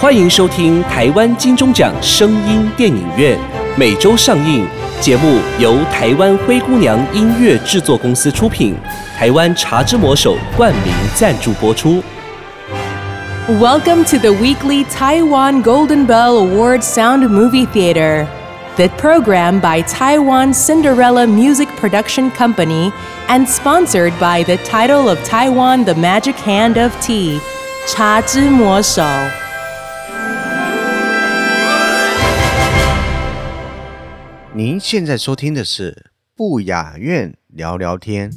欢迎收听台湾金钟奖声音电影院，每周上映。节目由台湾灰姑娘音乐制作公司出品，台湾茶之魔手冠名赞助播出。 Welcome to the weekly Taiwan Golden Bell Award Sound Movie Theater. The program by Taiwan Cinderella Music Production Company and sponsored by the title of Taiwan The Magic Hand of Tea, 茶之魔手。 您现在收听的是不雅院聊聊天。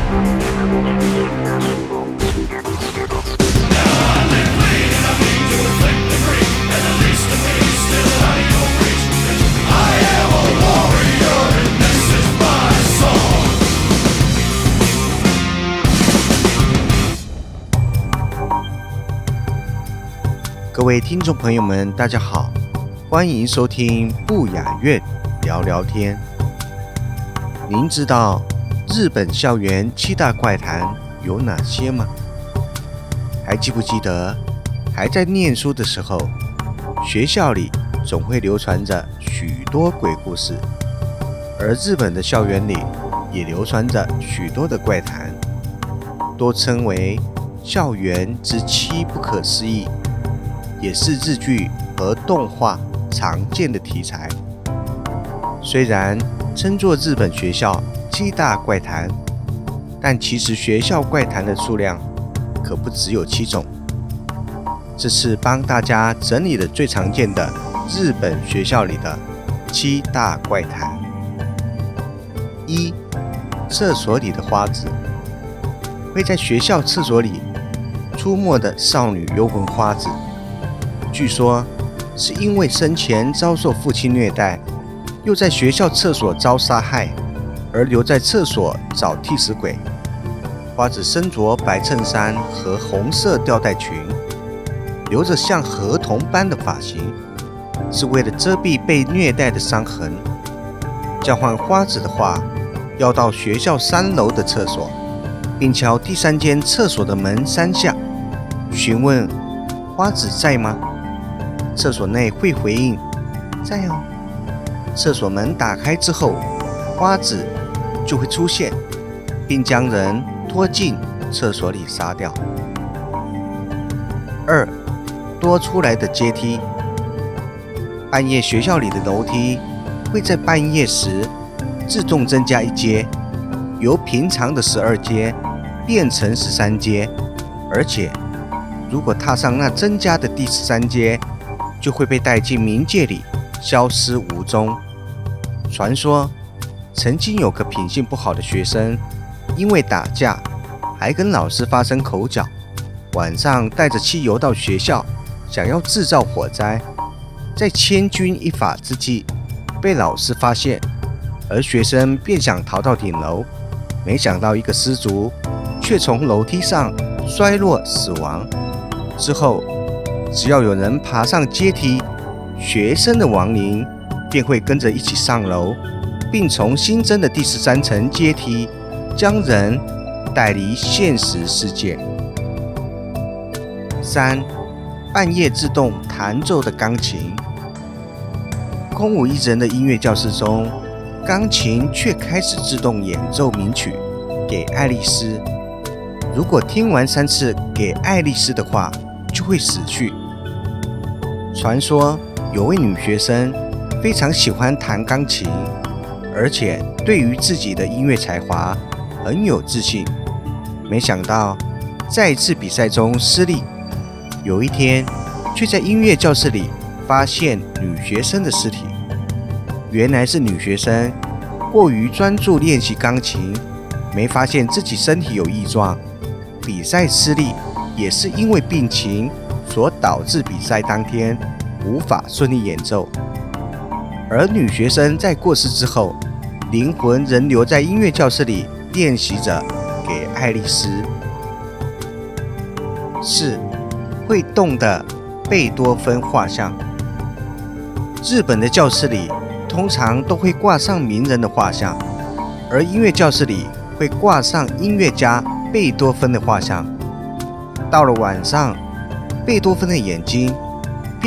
各位听众朋友们，大家好，欢迎收听不雅院聊聊天。您知道日本校园7大怪谈有哪些吗？还记不记得还在念书的时候，学校里总会流传着许多鬼故事，而日本的校园里也流传着许多的怪谈，多称为校园之7不可思议，也是日剧和动画常见的题材。虽然称作日本学校7大怪谈，但其实学校怪谈的数量可不只有7种。这次帮大家整理了最常见的日本学校里的7大怪谈。1. 厕所里的花子。会在学校厕所里出没的少女幽魂花子，据说是因为生前遭受父亲虐待，又在学校厕所遭杀害，而留在厕所找替死鬼。花子身着白衬衫和红色吊带裙，留着像河童般的发型，是为了遮蔽被虐待的伤痕。交换花子的话，要到学校3楼的厕所，并敲第3间厕所的门3下，询问花子在吗？厕所内会回应在哦。厕所门打开之后，花子就会出现，并将人拖进厕所里杀掉。2. 多出来的阶梯。半夜学校里的楼梯会在半夜时自动增加1阶，由平常的12阶变成13阶，而且如果踏上那增加的第13阶，就会被带进冥界里消失无踪。传说曾经有个品性不好的学生，因为打架还跟老师发生口角，晚上带着汽油到学校，想要制造火灾，在千钧一发之际被老师发现，而学生便想逃到顶楼，没想到一个失足却从楼梯上摔落死亡。之后只要有人爬上阶梯，学生的亡灵便会跟着一起上楼，并从新增的第13层阶梯将人带离现实世界。3. 半夜自动弹奏的钢琴。空无一人的音乐教室中，钢琴却开始自动演奏名曲给爱丽丝。如果听完3次给爱丽丝的话，就会死去。传说有位女学生非常喜欢弹钢琴，而且对于自己的音乐才华很有自信。没想到在一次比赛中失利，有一天却在音乐教室里发现女学生的尸体。原来是女学生过于专注练习钢琴，没发现自己身体有异状。比赛失利也是因为病情所导致比赛当天无法顺利演奏。而女学生在过世之后，灵魂仍留在音乐教室里练习着给爱丽丝。4. 会动的贝多芬画像。日本的教室里通常都会挂上名人的画像，而音乐教室里会挂上音乐家贝多芬的画像。到了晚上，贝多芬的眼睛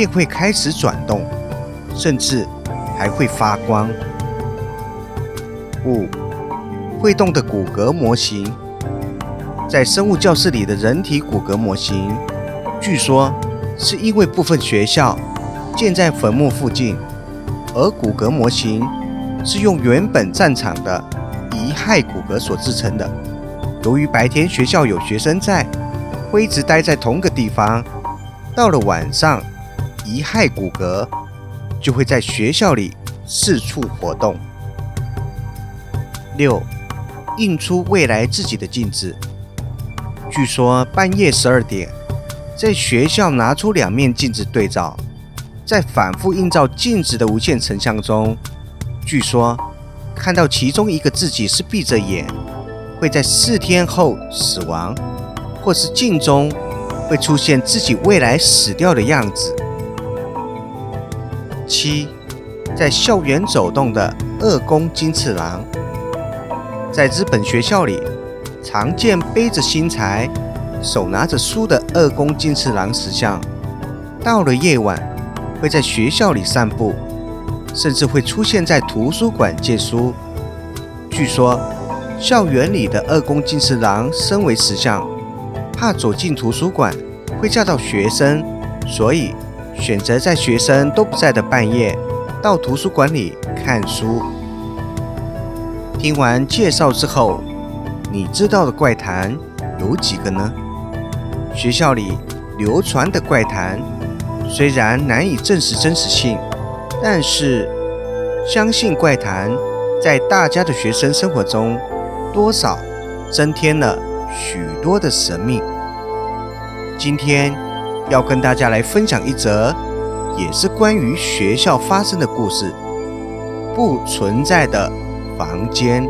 便会开始转动，甚至还会发光。5. 会动的骨骼模型。在生物教室里的人体骨骼模型，据说是因为部分学校建在坟墓附近，而骨骼模型是用原本战场的遗骸骨骼所制成的。由于白天学校有学生在，会一直待在同个地方，到了晚上，遗骸骨骼就会在学校里四处活动。6. 映出未来自己的镜子。据说半夜12点，在学校拿出2面镜子对照，在反复映照镜子的无限成像中，据说看到其中一个自己是闭着眼，会在4天后死亡，或是镜中会出现自己未来死掉的样子。7. 在校园走动的二宫金次郎。在日本学校里，常见背着新材、手拿着书的二宫金次郎石像。到了夜晚，会在学校里散步，甚至会出现在图书馆借书。据说，校园里的二宫金次郎身为石像，怕走进图书馆会吓到学生，所以选择在学生都不在的半夜，到图书馆里看书。听完介绍之后，你知道的怪谈有几个呢？学校里流传的怪谈虽然难以证实真实性，但是相信怪谈在大家的学生生活中多少增添了许多的神秘。今天要跟大家来分享一则也是关于学校发生的故事，不存在的房间。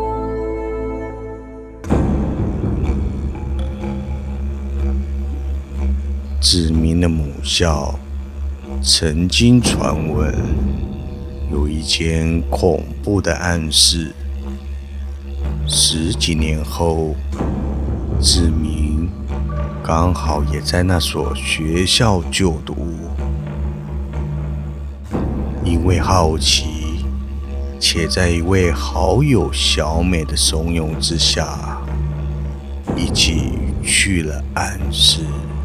知名的母校曾经传闻有一间恐怖的暗室。10几年后，志明刚好也在那所学校就读，因为好奇，且在一位好友小美的怂恿之下，一起去了暗室。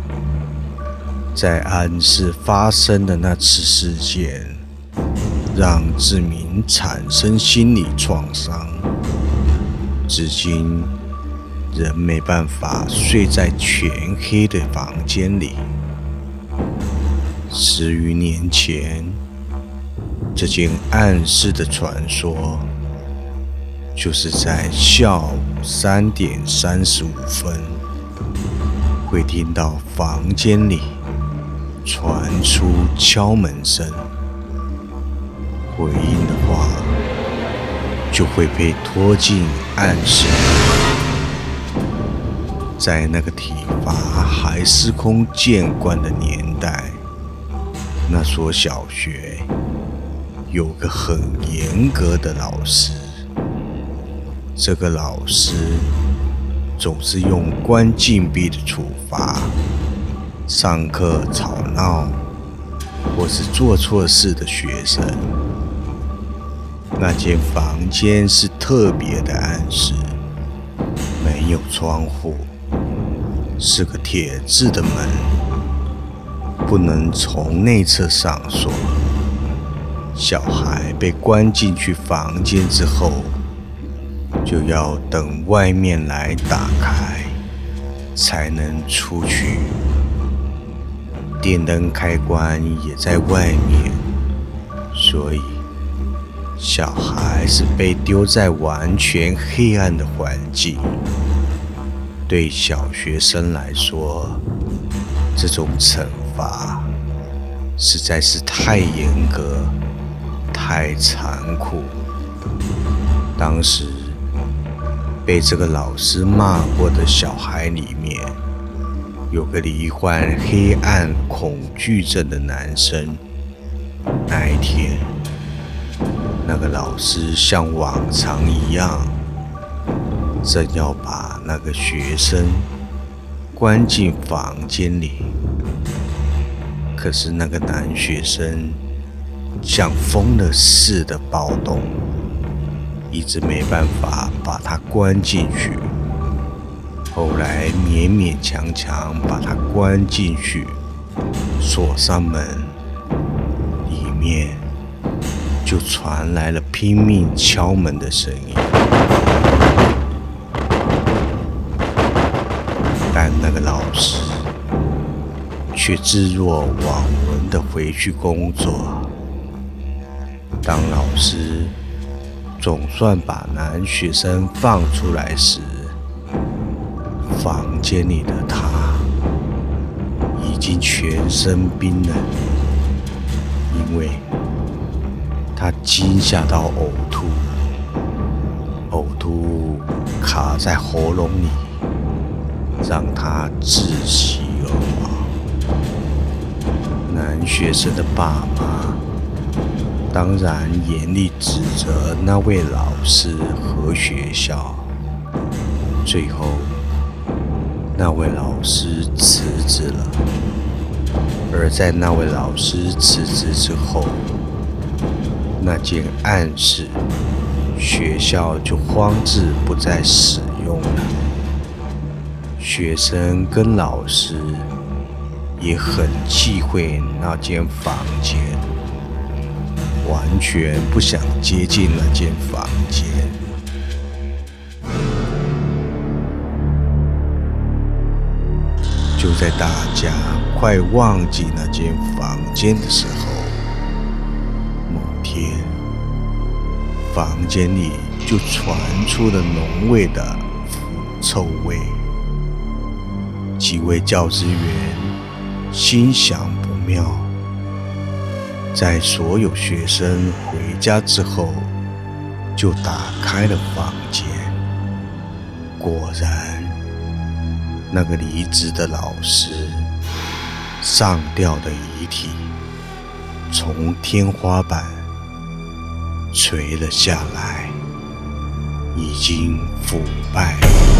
在暗室发生的那次事件，让志明产生心理创伤，至今仍没办法睡在全黑的房间里。10余年前，这间暗室的传说，就是在下午3点35分，会听到房间里传出敲门声，回应的话就会被拖进暗室。在那个体罚还司空见惯的年代，那所小学有个很严格的老师。这个老师总是用关禁闭的处罚上课吵闹或是做错事的学生。那间房间是特别的暗室，没有窗户，是个铁质的门，不能从内侧上锁。小孩被关进去房间之后，就要等外面来打开，才能出去。电灯开关也在外面，所以小孩是被丢在完全黑暗的环境。对小学生来说，这种惩罚实在是太严格、太残酷。当时被这个老师骂过的小孩里面，有个罹患黑暗恐惧症的男生。那一天，那个老师像往常一样，正要把那个学生关进房间里。 可是那个男学生像疯了似的暴动，一直没办法把他关进去。后来勉勉强强把他关进去，锁上门，里面就传来了拼命敲门的声音。但那个老师却置若罔闻地回去工作。当老师总算把男学生放出来时，房间里的他已经全身冰冷，因为他惊吓到呕吐，呕吐物卡在喉咙里，让他窒息而亡。男学生的爸妈当然严厉指责那位老师和学校，最后那位老师辞职了。而在那位老师辞职之后，那间暗室学校就荒置不再使用了。学生跟老师也很忌讳那间房间，完全不想接近那间房间。就在大家快忘记那间房间的时候，某天，房间里就传出了浓味的腐臭味。几位教职员心想不妙，在所有学生回家之后，就打开了房间。果然，那个离职的老师上吊的遗体从天花板垂了下来，已经腐败。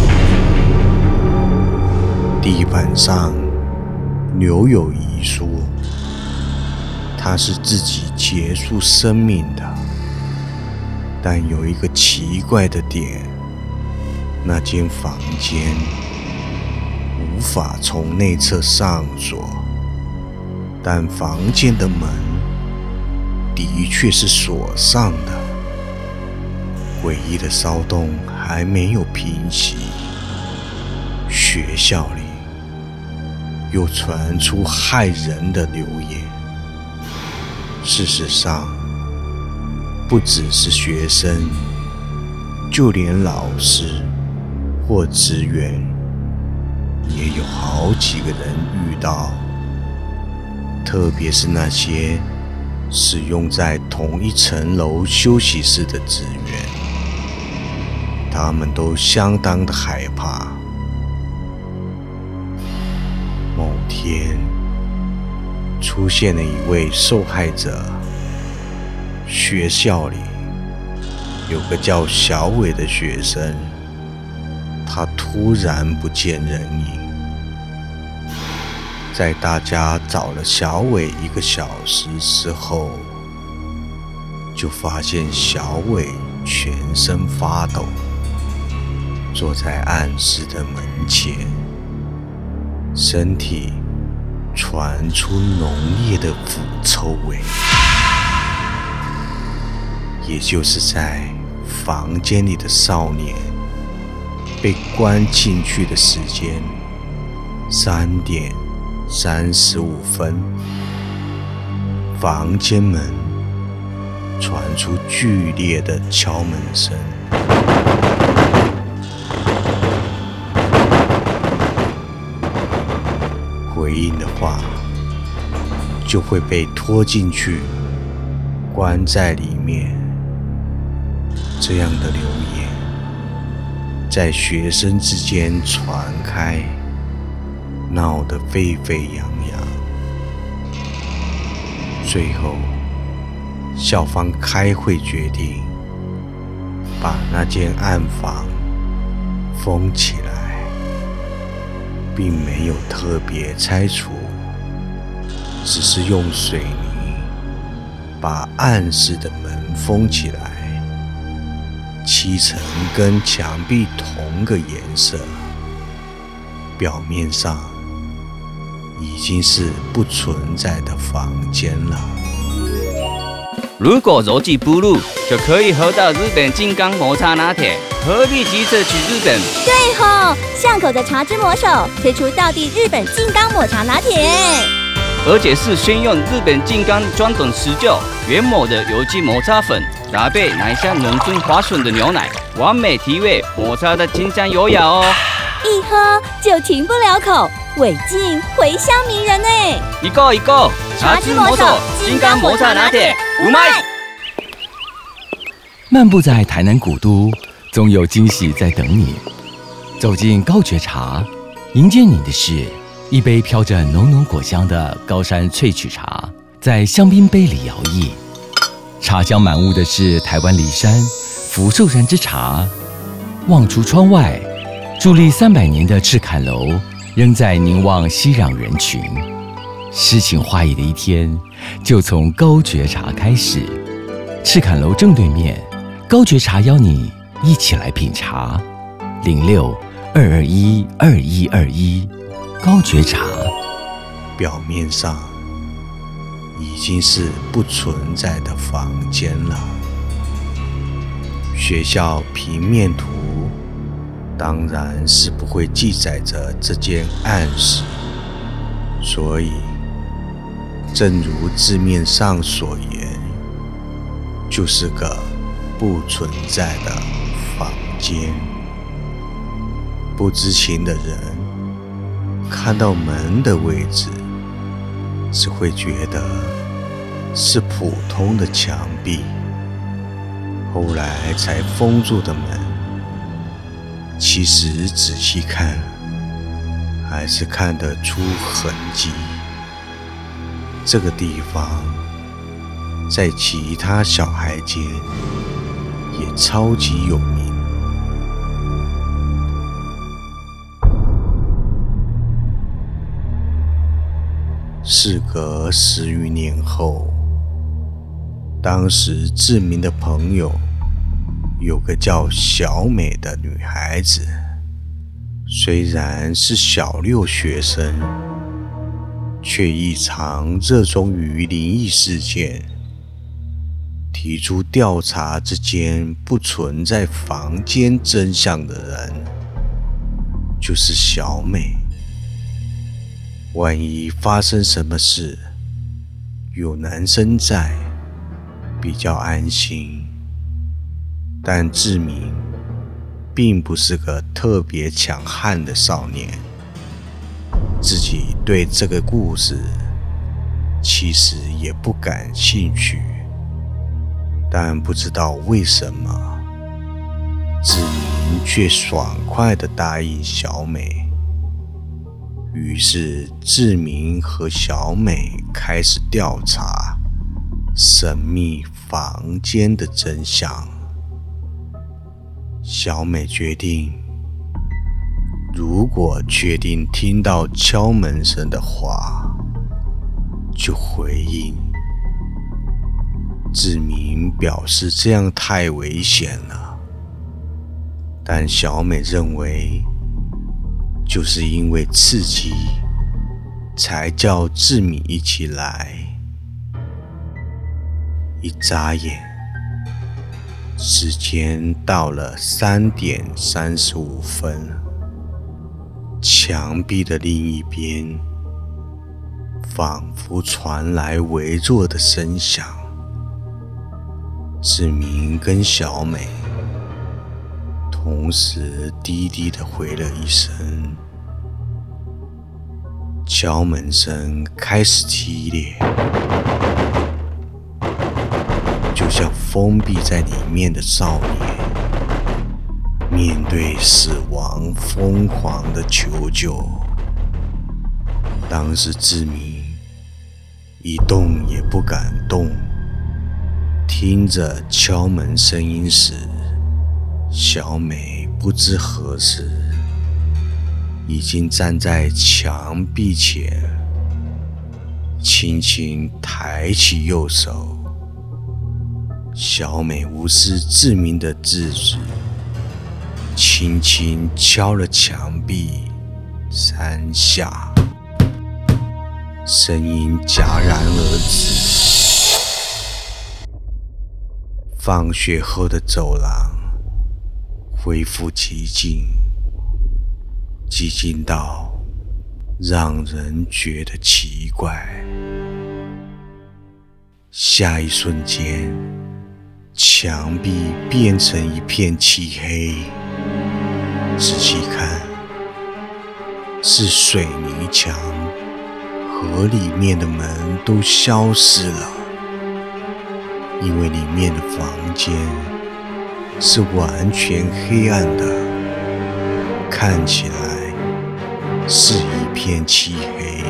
地板上留有遗书，他是自己结束生命的。但有一个奇怪的点，那间房间无法从内侧上锁，但房间的门的确是锁上的。诡异的骚动还没有平息，学校里又传出骇人的流言。事实上，不只是学生，就连老师或职员也有好几个人遇到，特别是那些使用在同一层楼休息室的职员，他们都相当的害怕。某天，出现了一位受害者。学校里有个叫小伟的学生，他突然不见人影。在大家找了小伟1个小时之后，就发现小伟全身发抖，坐在暗室的门前，身体传出浓烈的腐臭味。也就是在房间里的少年被关进去的时间3点35分，房间门传出剧烈的敲门声。回应的话，就会被拖进去，关在里面。这样的流言在学生之间传开，闹得沸沸扬扬。最后，校方开会决定把那间暗房封起来，并没有特别拆除， 只是用水泥把暗室的门封起来，漆成跟墙壁同个颜色，表面上已经是不存在的房间了。 如果逻辑不入，就可以喝到日本金刚抹茶拿铁，何必急着去日本？ 对吼，巷口的茶之魔手推出道地日本金刚抹茶拿铁， 而且是先用日本金刚专等持久原抹的有机抹茶粉，搭配奶香浓醇滑顺的牛奶，完美提味抹茶的清香优雅哦。 一喝就停不了口，尾劲回香迷人呢。 一个茶之魔手金刚抹茶拿铁，うまい！ 漫步在台南古都，总有惊喜在等你。走进高觉茶，迎接你的是一杯飘着浓浓果香的高山萃取茶，在香槟杯里摇曳。茶香满屋的是台湾梨山福寿山之茶。望出窗外，伫立300年的赤坎楼仍在凝望熙攘人群。诗情画意的一天，就从高觉茶开始。赤坎楼正对面，高觉茶邀你一起来品茶。06-221-2121，高觉茶。 表面上已经是不存在的房间了。学校平面图当然是不会记载着这间暗室，所以正如字面上所言，就是个不存在的房间。不知情的人看到门的位置，只会觉得是普通的墙壁，后来才封住的门，其实仔细看还是看得出痕迹。这个地方在其他小孩间也超级有名。事隔10余年后，当时志明的朋友有个叫小美的女孩子，虽然是小6学生，却异常热衷于灵异事件，提出调查这间不存在房间真相的人就是小美。万一发生什么事，有男生在，比较安心。但志明并不是个特别强悍的少年，自己对这个故事其实也不感兴趣，但不知道为什么，志明却爽快地答应小美。于是志明和小美开始调查神秘房间的真相。小美决定，如果确定听到敲门声的话，就回应。志明表示这样太危险了，但小美认为就是因为刺激，才叫志明一起来。一眨眼，时间到了3点35分，墙壁的另一边，仿佛传来微弱的声响。志明跟小美同时低低地回了一声，敲门声开始激烈，就像封闭在里面的少年面对死亡疯狂的求救。当时志明一动也不敢动，听着敲门声音时，小美不知何时已经站在墙壁前， 轻轻抬起右手，小美无视志明的制止，轻轻敲了墙壁3下，声音戛然而止。放学后的走廊恢复寂静，寂静到让人觉得奇怪。下一瞬间，墙壁变成一片漆黑，仔细看，是水泥墙和里面的门都消失了，因为里面的房间是完全黑暗的，看起来是一片漆黑，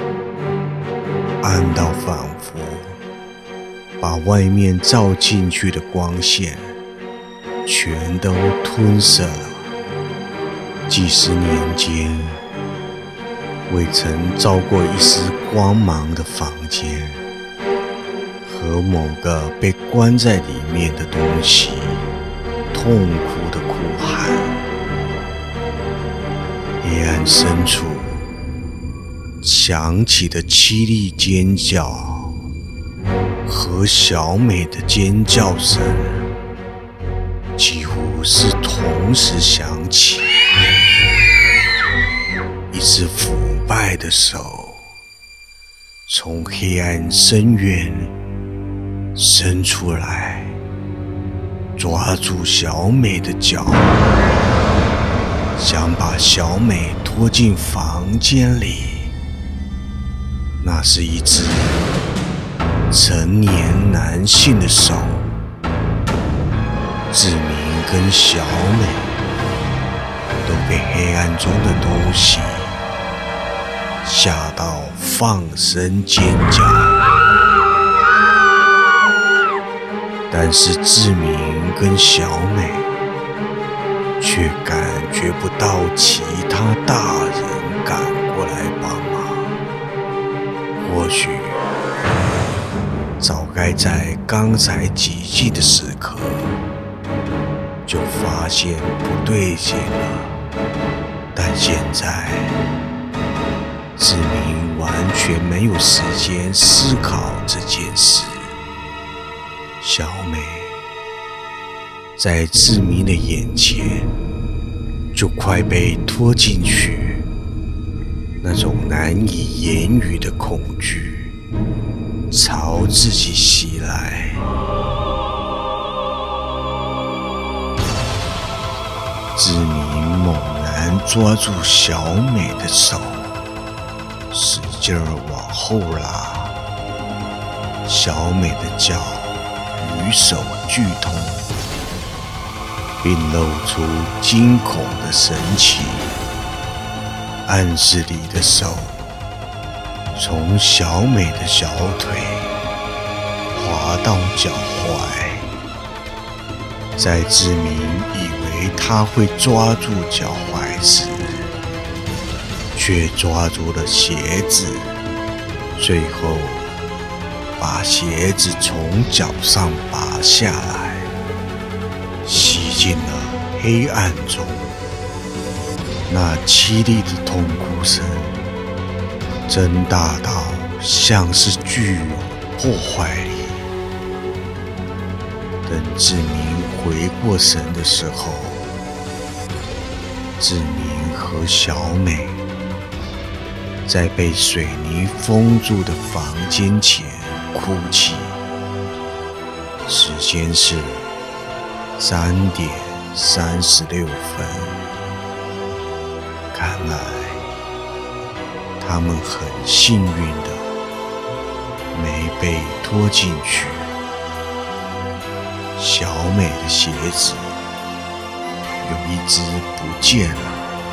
暗到仿佛把外面照进去的光线全都吞噬了。几十年间未曾照过一丝光芒的房间，和某个被关在里面的东西痛苦的哭喊。黑暗深处响起的凄厉尖叫和小美的尖叫声几乎是同时响起。一只腐败的手从黑暗深渊伸出来，抓住小美的脚，想把小美拖进房间里。那是一只成年男性的手。志明跟小美都被黑暗中的东西吓到放声尖叫，但是志明跟小美却感觉不到其他大人赶过来帮忙。或许早该在刚才寂静的时刻就发现不对劲了，但现在志明完全没有时间思考这件事。小美在志明的眼前就快被拖进去，那种难以言语的恐惧朝自己袭来。志明猛然抓住小美的手，使劲儿往后拉，小美的脚与手俱通，并露出惊恐的神情，暗室里的手从小美的小腿滑到脚踝，在志明以为他会抓住脚踝时，却抓住了鞋子，最后把鞋子从脚上拔下来，吸进了黑暗中。那凄厉的痛哭声真大到像是具有破坏力。等志明回过神的时候，志明和小美在被水泥封住的房间前哭泣。时间是3点36分。看来他们很幸运的没被拖进去。小美的鞋子有一只不见了。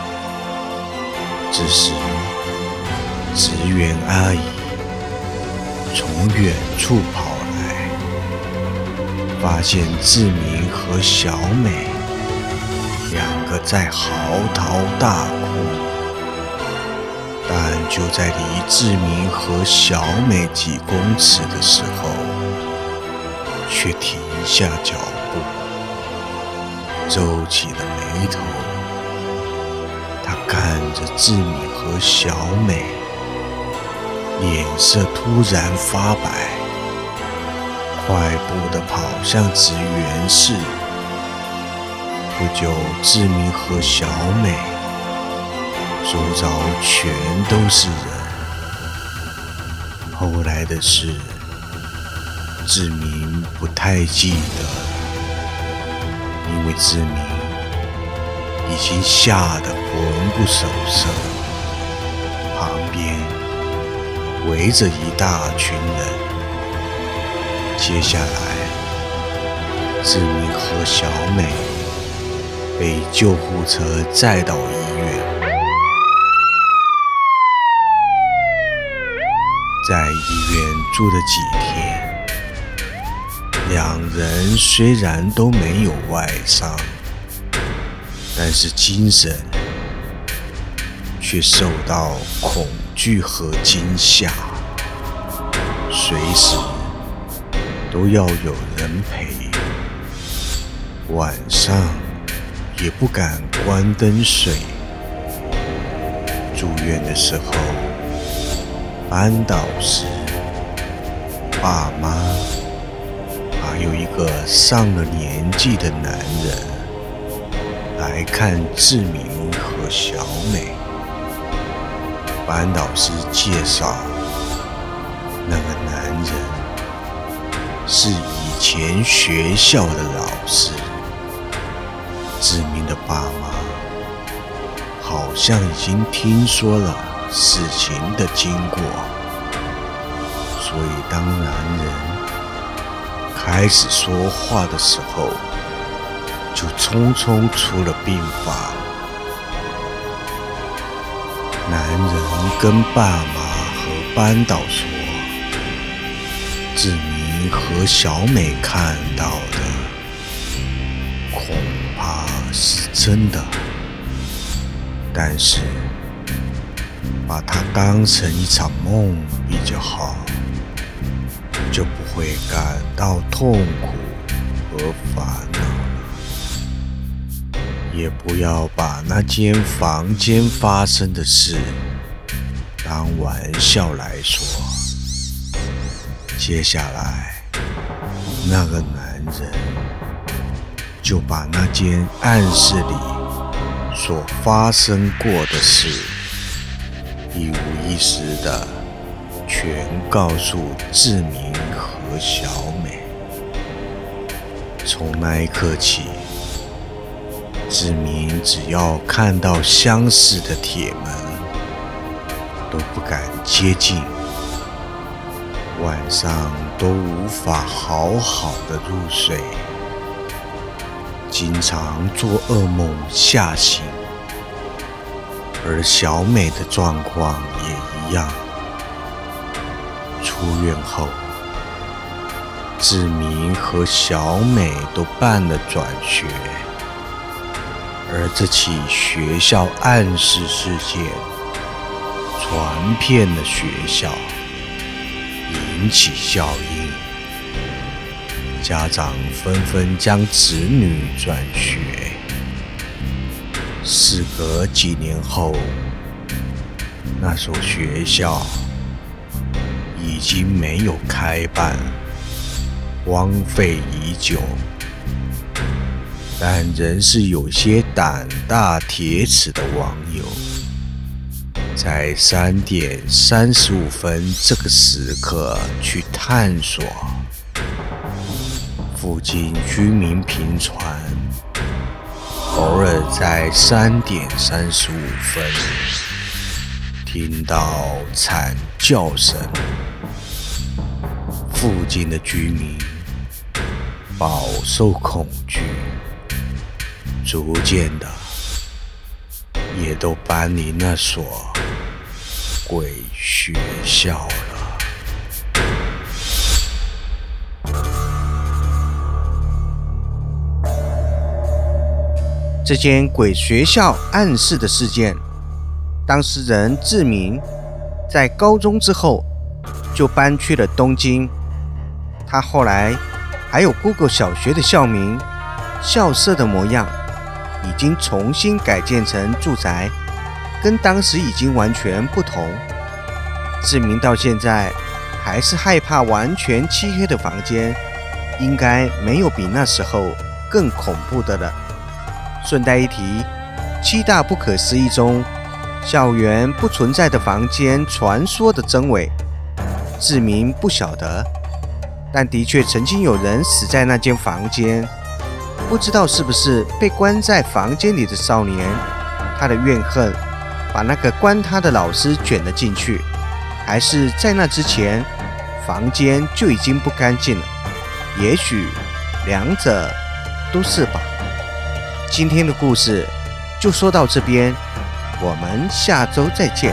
这时职员阿姨从远处跑来，发现志明和小美2个在嚎啕大哭，但就在离志明和小美几公尺的时候，却停下脚步，皱起了眉头。他看着志明和小美，脸色突然发白，快步地跑向职员室。不久，志明和小美周遭全都是人。后来的事，志明不太记得了，因为志明已经吓得魂不守舍，旁边围着一大群人。接下来，志明和小美被救护车载到医院。在医院住了几天，两人虽然都没有外伤，但是精神却受到恐惧和惊吓，随时都要有人陪，晚上也不敢关灯睡。住院的时候，班导师、爸妈，还有一个上了年纪的男人来看志明和小美。班导师介绍，那个男人是以前学校的老师。志明的爸妈好像已经听说了事情的经过，所以当男人开始说话的时候，就匆匆出了病房。男人跟爸妈和班导说，志明和小美看到的恐怕是真的，但是把它当成一场梦比较好，就不会感到痛苦和烦恼了。也不要把那间房间发生的事当玩笑来说。接下来，那个男人就把那间暗室里所发生过的事一五一十的全告诉志明和小美。从那一刻起，志明只要看到相似的铁门都不敢接近，晚上都无法好好的入睡，经常做噩梦吓醒。而小美的状况也一样。出院后，志明和小美都办了转学，而这起学校暗示事件传遍了学校，引起效应，家长纷纷将子女转学。事隔几年后，那所学校已经没有开办，荒废已久，但仍是有些胆大铁齿的网友，在3点35分这个时刻去探索。附近居民频传，偶尔在3点35分听到惨叫声，附近的居民饱受恐惧，逐渐的也都搬离那所鬼学校了。 这间鬼学校暗示的事件，当事人志明在高中之后就搬去了东京。他后来还有 Google 小学的校名、校舍的模样，已经重新改建成住宅，跟当时已经完全不同。志明到现在还是害怕完全漆黑的房间，应该没有比那时候更恐怖的了。顺带一提，7大不可思议中校园不存在的房间传说的真伪，志明不晓得，但的确曾经有人死在那间房间。不知道是不是被关在房间里的少年，他的怨恨把那个关他的老师卷了进去，还是在那之前房间就已经不干净了？也许两者都是吧。今天的故事就说到这边，我们下周再见。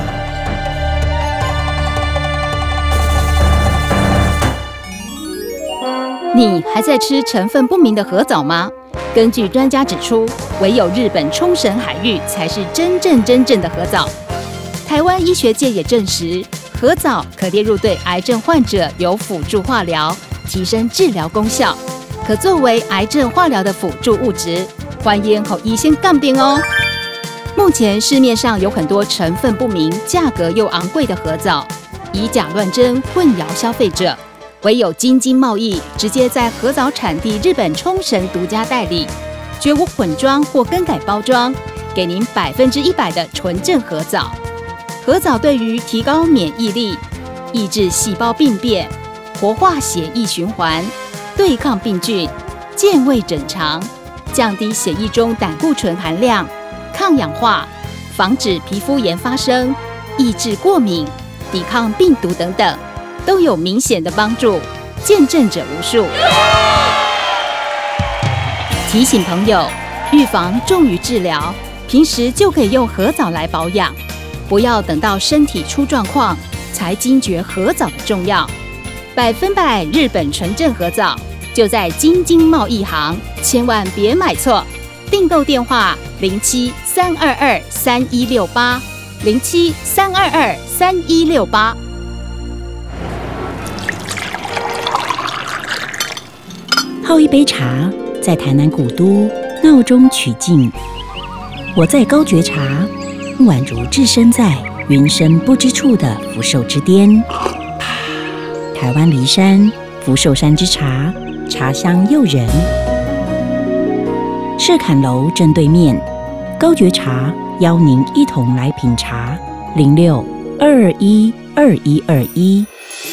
你还在吃成分不明的河藻吗？根据专家指出，唯有日本冲绳海域才是真正的河藻。台湾医学界也证实，河藻可列入对癌症患者有辅助化疗，提升治疗功效，可作为癌症化疗的辅助物质。欢迎和医生干病哦。目前市面上有很多成分不明、价格又昂贵的河藻，以假乱真，混淆消费者。唯有京津贸易直接在河藻产地日本冲绳独家代理，绝无混装或更改包装，给您100%的纯正河藻。河藻对于提高免疫力、抑制细胞病变、活化血液循环、对抗病菌、健胃整肠、降低血液中胆固醇含量、抗氧化、防止皮肤炎发生、抑制过敏、抵抗病毒等等，都有明显的帮助，见证者无数。提醒朋友，预防重于治疗，平时就可以用河藻来保养，不要等到身体出状况才惊觉河藻的重要。100%日本纯正河藻就在京津贸易行，千万别买错。订购电话07-322-3168 07-322-3168。 泡一杯茶，在台南古都闹中取静。我在高觉茶，宛如置身在云深不知处的福寿之巅。台湾梨山福寿山之茶，茶香诱人。社坎楼正对面，高觉茶邀您一同来品茶。06-221-2121。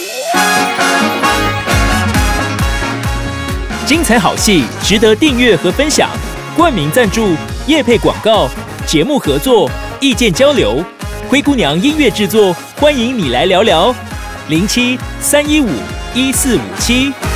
精彩好戏值得订阅和分享，冠名赞助、业配广告、节目合作、意见交流，灰姑娘音乐制作，欢迎你来聊聊。07-315-1457。